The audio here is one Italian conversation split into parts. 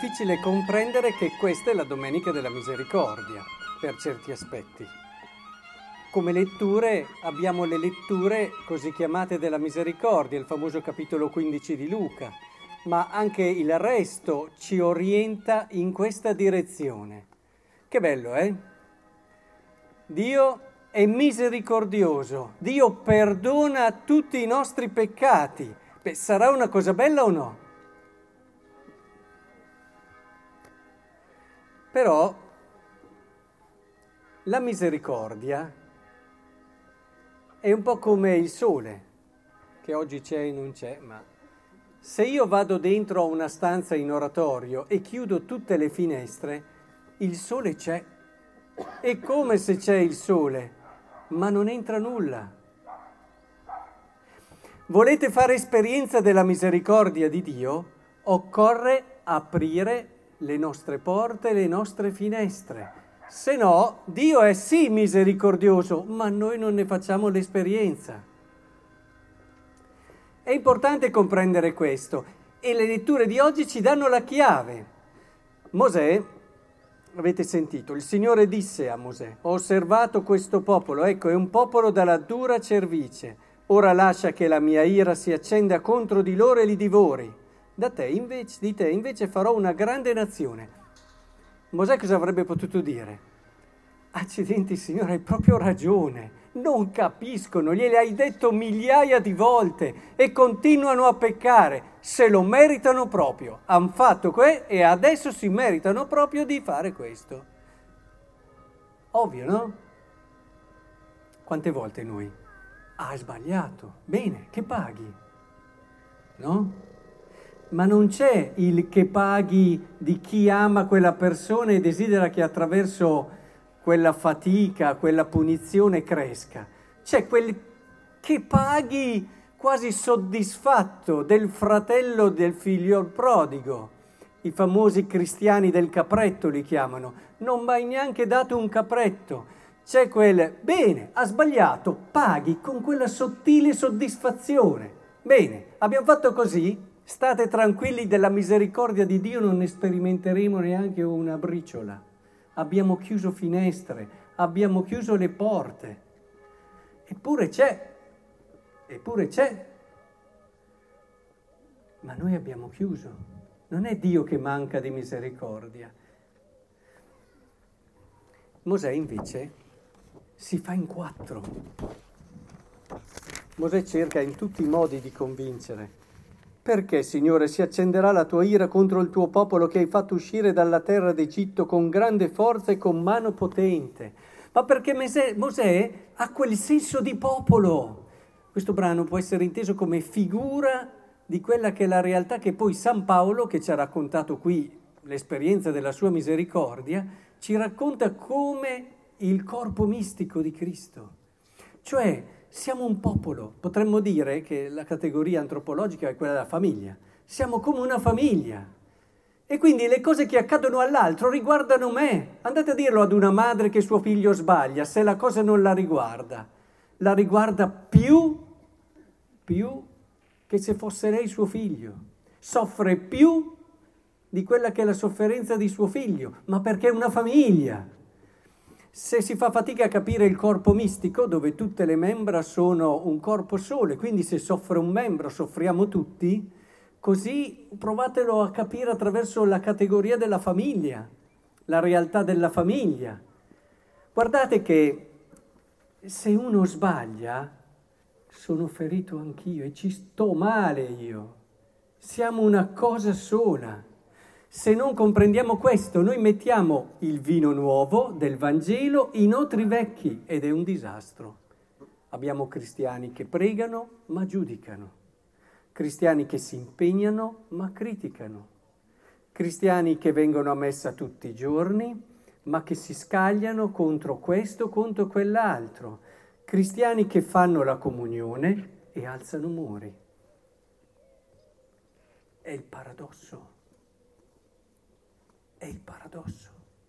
difficile comprendere che questa è la Domenica della Misericordia, per certi aspetti. Come letture abbiamo le letture così chiamate della Misericordia, il famoso capitolo 15 di Luca, ma anche il resto ci orienta in questa direzione. Che bello, eh? Dio è misericordioso, Dio perdona tutti i nostri peccati. Beh, sarà una cosa bella o no? Però la misericordia è un po' come il sole, che oggi c'è e non c'è, ma se io vado dentro a una stanza in oratorio e chiudo tutte le finestre, il sole c'è. È come se c'è il sole, ma non entra nulla. Volete fare esperienza della misericordia di Dio? Occorre aprire le nostre porte, le nostre finestre. Se no, Dio è sì misericordioso, ma noi non ne facciamo l'esperienza. È importante comprendere questo e le letture di oggi ci danno la chiave. Mosè, avete sentito, il Signore disse a Mosè: ho osservato questo popolo, ecco, è un popolo dalla dura cervice. Ora lascia che la mia ira si accenda contro di loro e li divori. Di te invece farò una grande nazione. Mosè cosa avrebbe potuto dire? Accidenti, Signore, hai proprio ragione. Non capiscono, gliele hai detto migliaia di volte e continuano a peccare. Se lo meritano proprio. Han fatto e adesso si meritano proprio di fare questo. Ovvio, no? Quante volte noi? Hai sbagliato. Bene, che paghi? No? Ma non c'è il che paghi di chi ama quella persona e desidera che attraverso quella fatica, quella punizione cresca. C'è quel che paghi quasi soddisfatto del fratello del figlio prodigo. I famosi cristiani del capretto li chiamano. Non mi hai neanche dato un capretto. C'è quel, bene, ha sbagliato, paghi con quella sottile soddisfazione. Bene, abbiamo fatto così? State tranquilli, della misericordia di Dio non ne sperimenteremo neanche una briciola. Abbiamo chiuso finestre, abbiamo chiuso le porte. Eppure c'è. Ma noi abbiamo chiuso. Non è Dio che manca di misericordia. Mosè invece si fa in quattro. Mosè cerca in tutti i modi di convincere. Perché, Signore, si accenderà la tua ira contro il tuo popolo che hai fatto uscire dalla terra d'Egitto con grande forza e con mano potente? Ma perché Mosè ha quel senso di popolo. Questo brano può essere inteso come figura di quella che è la realtà che poi San Paolo, che ci ha raccontato qui l'esperienza della sua misericordia, ci racconta come il corpo mistico di Cristo. Cioè, siamo un popolo, potremmo dire che la categoria antropologica è quella della famiglia. Siamo come una famiglia. E quindi le cose che accadono all'altro riguardano me. Andate a dirlo ad una madre che suo figlio sbaglia, se la cosa non la riguarda più che se fosse lei suo figlio. Soffre più di quella che è la sofferenza di suo figlio, ma perché è una famiglia. Se si fa fatica a capire il corpo mistico, dove tutte le membra sono un corpo solo, e quindi se soffre un membro soffriamo tutti, così provatelo a capire attraverso la categoria della famiglia, la realtà della famiglia. Guardate che se uno sbaglia, sono ferito anch'io e ci sto male io. Siamo una cosa sola. Se non comprendiamo questo, noi mettiamo il vino nuovo del Vangelo in otri vecchi ed è un disastro. Abbiamo cristiani che pregano ma giudicano, cristiani che si impegnano ma criticano, cristiani che vengono a messa tutti i giorni ma che si scagliano contro questo, contro quell'altro, cristiani che fanno la comunione e alzano muri. È il paradosso. È il paradosso.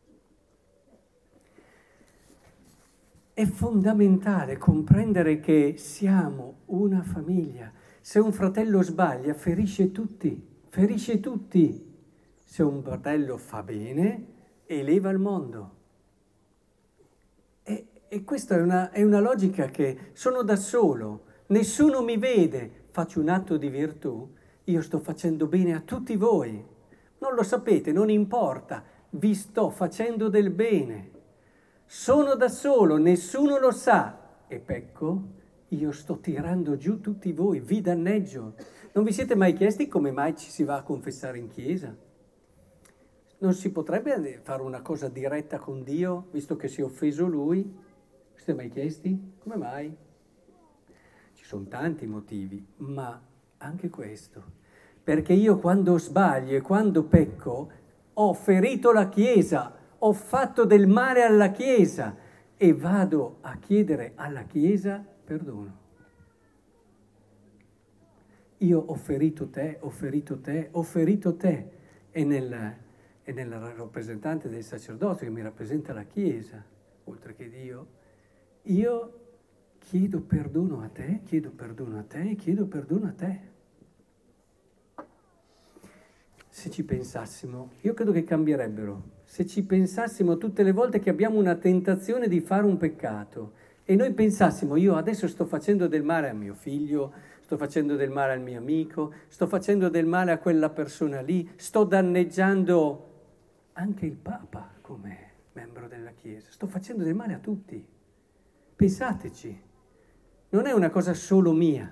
È fondamentale comprendere che siamo una famiglia. Se un fratello sbaglia, ferisce tutti. Se un fratello fa bene, eleva il mondo. E questa è una logica che sono da solo, nessuno mi vede, faccio un atto di virtù, io sto facendo bene a tutti voi. Non lo sapete, non importa, vi sto facendo del bene. Sono da solo, nessuno lo sa e pecco, io sto tirando giù tutti voi, vi danneggio. Non vi siete mai chiesti come mai ci si va a confessare in chiesa? Non si potrebbe fare una cosa diretta con Dio, visto che si è offeso Lui? Vi siete mai chiesti? Come mai? Ci sono tanti motivi, ma anche questo. Perché io quando sbaglio e quando pecco ho ferito la Chiesa, ho fatto del male alla Chiesa e vado a chiedere alla Chiesa perdono. Io ho ferito te, ho ferito te, ho ferito te. E nel rappresentante del sacerdozio che mi rappresenta la Chiesa, oltre che Dio, io chiedo perdono a te, chiedo perdono a te, chiedo perdono a te. Se ci pensassimo, io credo che cambierebbero. Se ci pensassimo tutte le volte che abbiamo una tentazione di fare un peccato e noi pensassimo, io adesso sto facendo del male a mio figlio, sto facendo del male al mio amico, sto facendo del male a quella persona lì, sto danneggiando anche il Papa come membro della Chiesa, sto facendo del male a tutti. Pensateci, non è una cosa solo mia.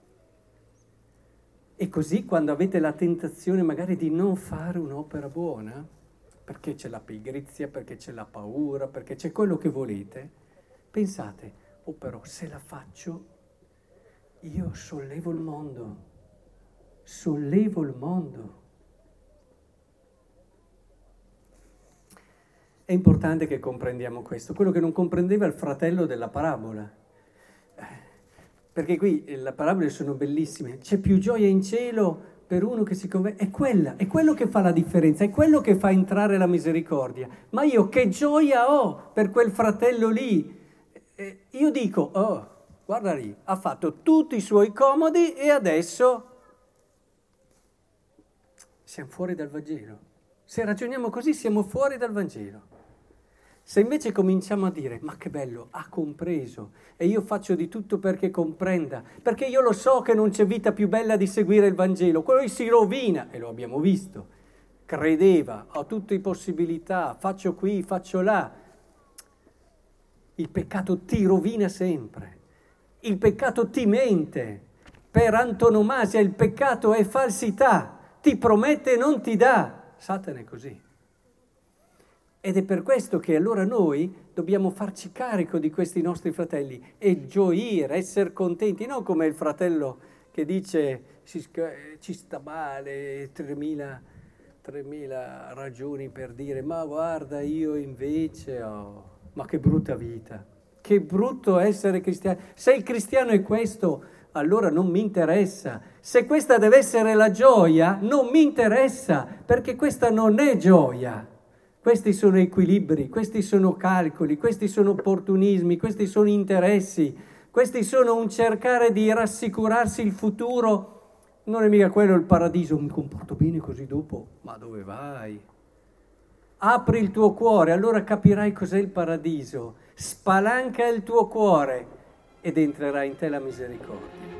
E così quando avete la tentazione magari di non fare un'opera buona, perché c'è la pigrizia, perché c'è la paura, perché c'è quello che volete, pensate, oh però se la faccio, io sollevo il mondo, sollevo il mondo. È importante che comprendiamo questo, quello che non comprendeva il fratello della parabola. Perché qui le parabole sono bellissime, c'è più gioia in cielo per uno che si converte, è quello che fa la differenza, è quello che fa entrare la misericordia. Ma io che gioia ho per quel fratello lì? Io dico, oh, guarda lì, ha fatto tutti i suoi comodi e adesso siamo fuori dal Vangelo. Se ragioniamo così siamo fuori dal Vangelo. Se invece cominciamo a dire, ma che bello, ha compreso e io faccio di tutto perché comprenda, perché io lo so che non c'è vita più bella di seguire il Vangelo, quello si rovina, e lo abbiamo visto, credeva, ho tutte le possibilità, faccio qui, faccio là. Il peccato ti rovina sempre, il peccato ti mente, per antonomasia il peccato è falsità, ti promette e non ti dà, Satana è così. Ed è per questo che allora noi dobbiamo farci carico di questi nostri fratelli e gioire, essere contenti, non come il fratello che dice ci sta male, 3.000 ragioni per dire ma guarda io invece ho, ma che brutta vita, che brutto essere cristiano. Se il cristiano è questo, allora non mi interessa. Se questa deve essere la gioia, non mi interessa, perché questa non è gioia. Questi sono equilibri, questi sono calcoli, questi sono opportunismi, questi sono interessi, questi sono un cercare di rassicurarsi il futuro. Non è mica quello il paradiso, mi comporto bene così dopo, ma dove vai? Apri il tuo cuore, allora capirai cos'è il paradiso, spalanca il tuo cuore ed entrerà in te la misericordia.